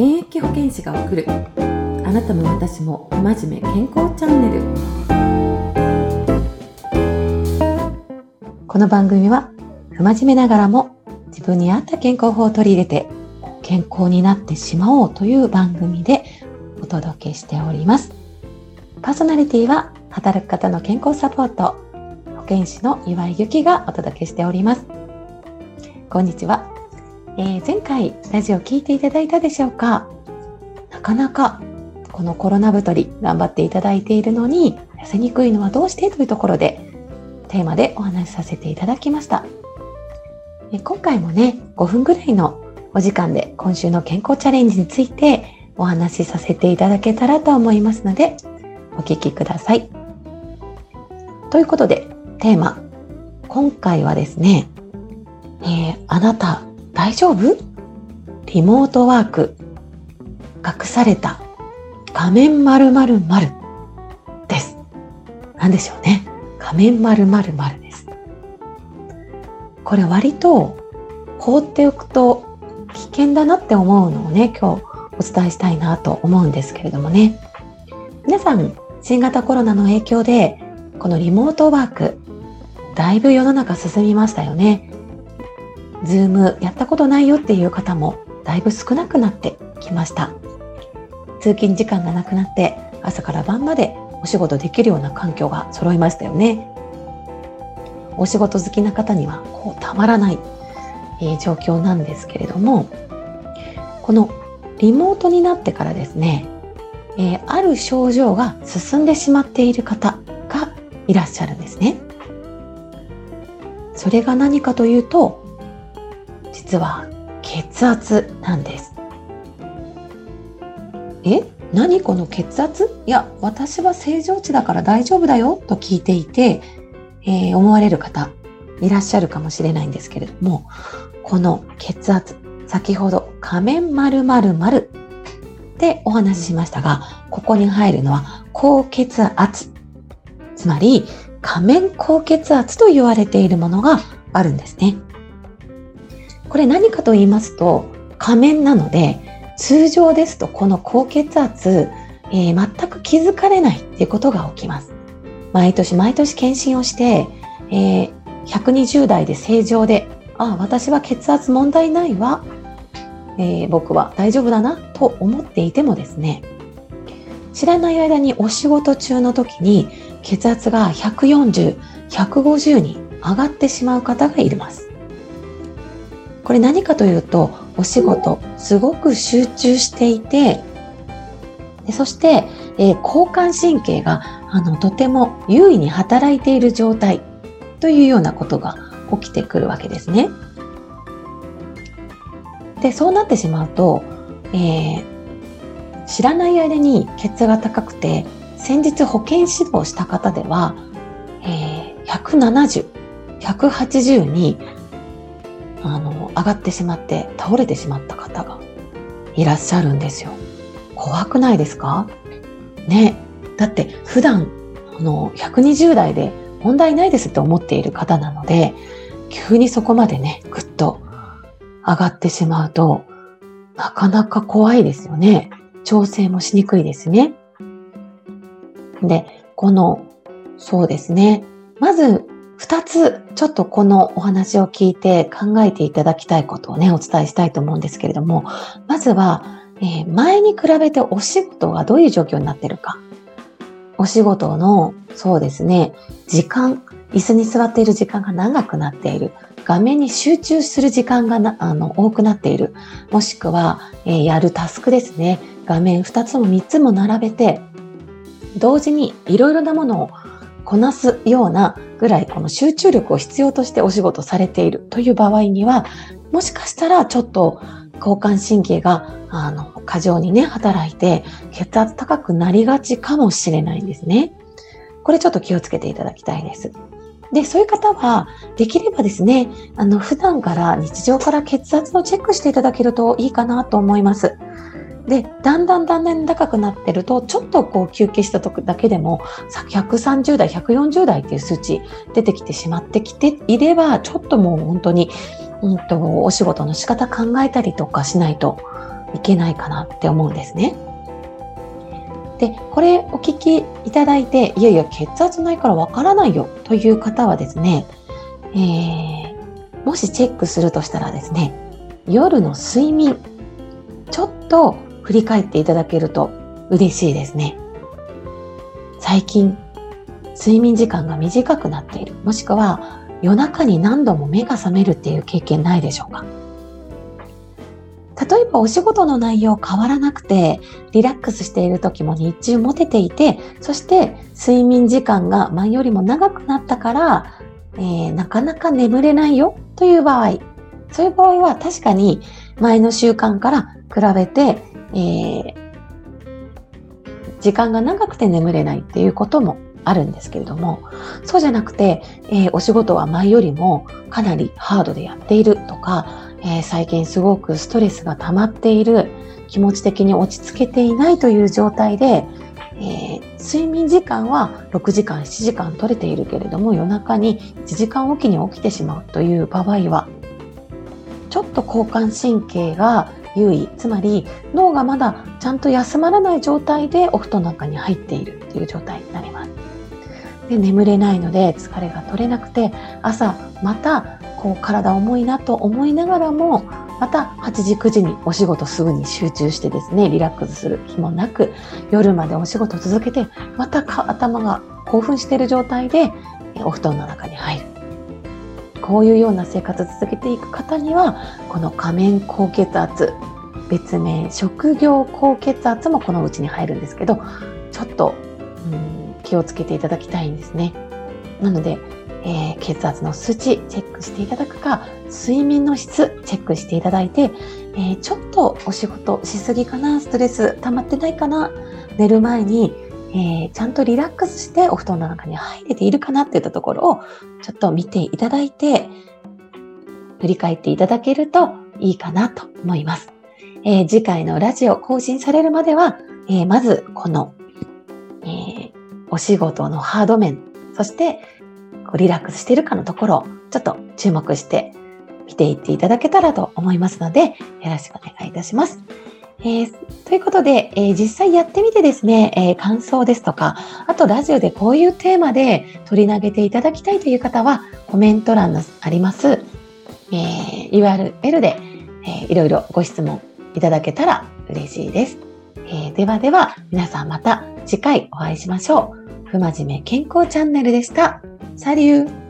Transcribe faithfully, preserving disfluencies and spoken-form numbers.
現役保健師が送るあなたも私も不真面目健康チャンネル。この番組は不真面目ながらも自分に合った健康法を取り入れて健康になってしまおうという番組でお届けしております。パーソナリティは働く方の健康サポート保健師の岩井由紀がお届けしております。こんにちは。えー、前回ラジオ聞いていただいたでしょうか。なかなかこのコロナ太り頑張っていただいているのに痩せにくいのはどうしてというところでテーマでお話しさせていただきました。えー、今回もねごふんぐらいのお時間で今週の健康チャレンジについてお話しさせていただけたらと思いますのでお聞きください。ということでテーマ、今回はですね、えー、あなた大丈夫？リモートワーク隠された仮面〇〇〇です。何でしょうね。仮面〇〇〇です。これ割と放っておくと危険だなって思うのをね今日お伝えしたいなと思うんですけれどもね。皆さん新型コロナの影響でこのリモートワークだいぶ世の中進みましたよね。ズームやったことないよっていう方もだいぶ少なくなってきました。通勤時間がなくなって朝から晩までお仕事できるような環境が揃いましたよね。お仕事好きな方にはこうたまらない、えー、状況なんですけれども、このリモートになってからですね、えー、ある症状が進んでしまっている方がいらっしゃるんですね。それが何かというと実は血圧なんです。え、何この血圧？いや、私は正常値だから大丈夫だよと聞いていて、えー、思われる方いらっしゃるかもしれないんですけれども、この血圧、先ほど仮面〇〇〇でお話ししましたが、ここに入るのは高血圧、つまり仮面高血圧と言われているものがあるんですね。これ何かと言いますと、仮面なので通常ですとこの高血圧、えー、全く気づかれないっていうことが起きます。毎年毎年検診をして、えー、ひゃくにじゅう代で正常で、あ、私は血圧問題ないわ、えー、僕は大丈夫だなと思っていてもですね、知らない間にお仕事中の時に血圧がひゃくよんじゅう、ひゃくごじゅうに上がってしまう方がいます。これ何かというと、お仕事すごく集中していて、でそして、えー、交感神経があのとても優位に働いている状態というようなことが起きてくるわけですね。で、そうなってしまうと、えー、知らない間に血圧が高くて、先日保健指導した方では、えー、ひゃくななじゅう、ひゃくはちじゅうにあの上がってしまって倒れてしまった方がいらっしゃるんですよ。怖くないですか？ね。だって普段あのひゃくにじゅう代で問題ないですって思っている方なので、急にそこまでねぐっと上がってしまうとなかなか怖いですよね。調整もしにくいですね。で、このそうですね。まず二つちょっとこのお話を聞いて考えていただきたいことをねお伝えしたいと思うんですけれども、まずは、えー、前に比べてお仕事がどういう状況になっているか、お仕事のそうですね時間、椅子に座っている時間が長くなっている、画面に集中する時間がなあの多くなっている、もしくは、えー、やるタスクですね、画面二つも三つも並べて同時にいろいろなものをこなすようなぐらいこの集中力を必要としてお仕事されているという場合には、もしかしたらちょっと交感神経があの過剰にね働いて血圧高くなりがちかもしれないんですね。これちょっと気をつけていただきたいです。で、そういう方はできればですね、あの普段から日常から血圧をチェックしていただけるといいかなと思います。で、だんだんだんだん高くなってると、ちょっとこう休憩した時だけでもひゃくさんじゅう代、ひゃくよんじゅう代っていう数値出てきてしまってきていれば、ちょっともう本当に、うんと、お仕事の仕方考えたりとかしないといけないかなって思うんですね。で、これお聞きいただいて、いやいや血圧ないからわからないよという方はですね、えー、もしチェックするとしたらですね、夜の睡眠、ちょっと振り返っていただけると嬉しいですね。最近、睡眠時間が短くなっている、もしくは夜中に何度も目が覚めるっていう経験ないでしょうか。例えばお仕事の内容変わらなくて、リラックスしている時も日中モテていて、そして睡眠時間が前よりも長くなったから、えー、なかなか眠れないよという場合、そういう場合は確かに前の習慣から比べて、えー、時間が長くて眠れないっていうこともあるんですけれども、そうじゃなくて、えー、お仕事は前よりもかなりハードでやっているとか、えー、最近すごくストレスが溜まっている、気持ち的に落ち着けていないという状態で、えー、睡眠時間はろくじかん、しちじかん取れているけれども、夜中にいちじかんおきに起きてしまうという場合は、ちょっと交感神経が優位、つまり脳がまだちゃんと休まらない状態でお布団の中に入っているという状態になります。で、眠れないので疲れが取れなくて、朝またこう体重いなと思いながらも、またはちじくじにお仕事すぐに集中してですね、リラックスする気もなく、夜までお仕事続けて、また頭が興奮している状態でお布団の中に入る。こういうような生活を続けていく方には、この仮面高血圧、別名職業高血圧もこのうちに入るんですけど、ちょっと、うん、気をつけていただきたいんですね。なので、えー、血圧の数値チェックしていただくか、睡眠の質チェックしていただいて、えー、ちょっとお仕事しすぎかな、ストレス溜まってないかな、寝る前に、えー、ちゃんとリラックスしてお布団の中に入れているかなっていったところをちょっと見ていただいて、振り返っていただけるといいかなと思います。えー、次回のラジオ更新されるまでは、えー、まずこの、えー、お仕事のハード面、そしてリラックスしているかのところをちょっと注目して見ていっていただけたらと思いますので、よろしくお願いいたします。えー、ということで、えー、実際やってみてですね、えー、感想ですとか、あとラジオでこういうテーマで取り上げていただきたいという方は、コメント欄のあります、えー、ユーアールエル で、えー、いろいろご質問いただけたら嬉しいです。えー、ではでは、皆さんまた次回お会いしましょう。不真面目健康チャンネルでした。サリュー。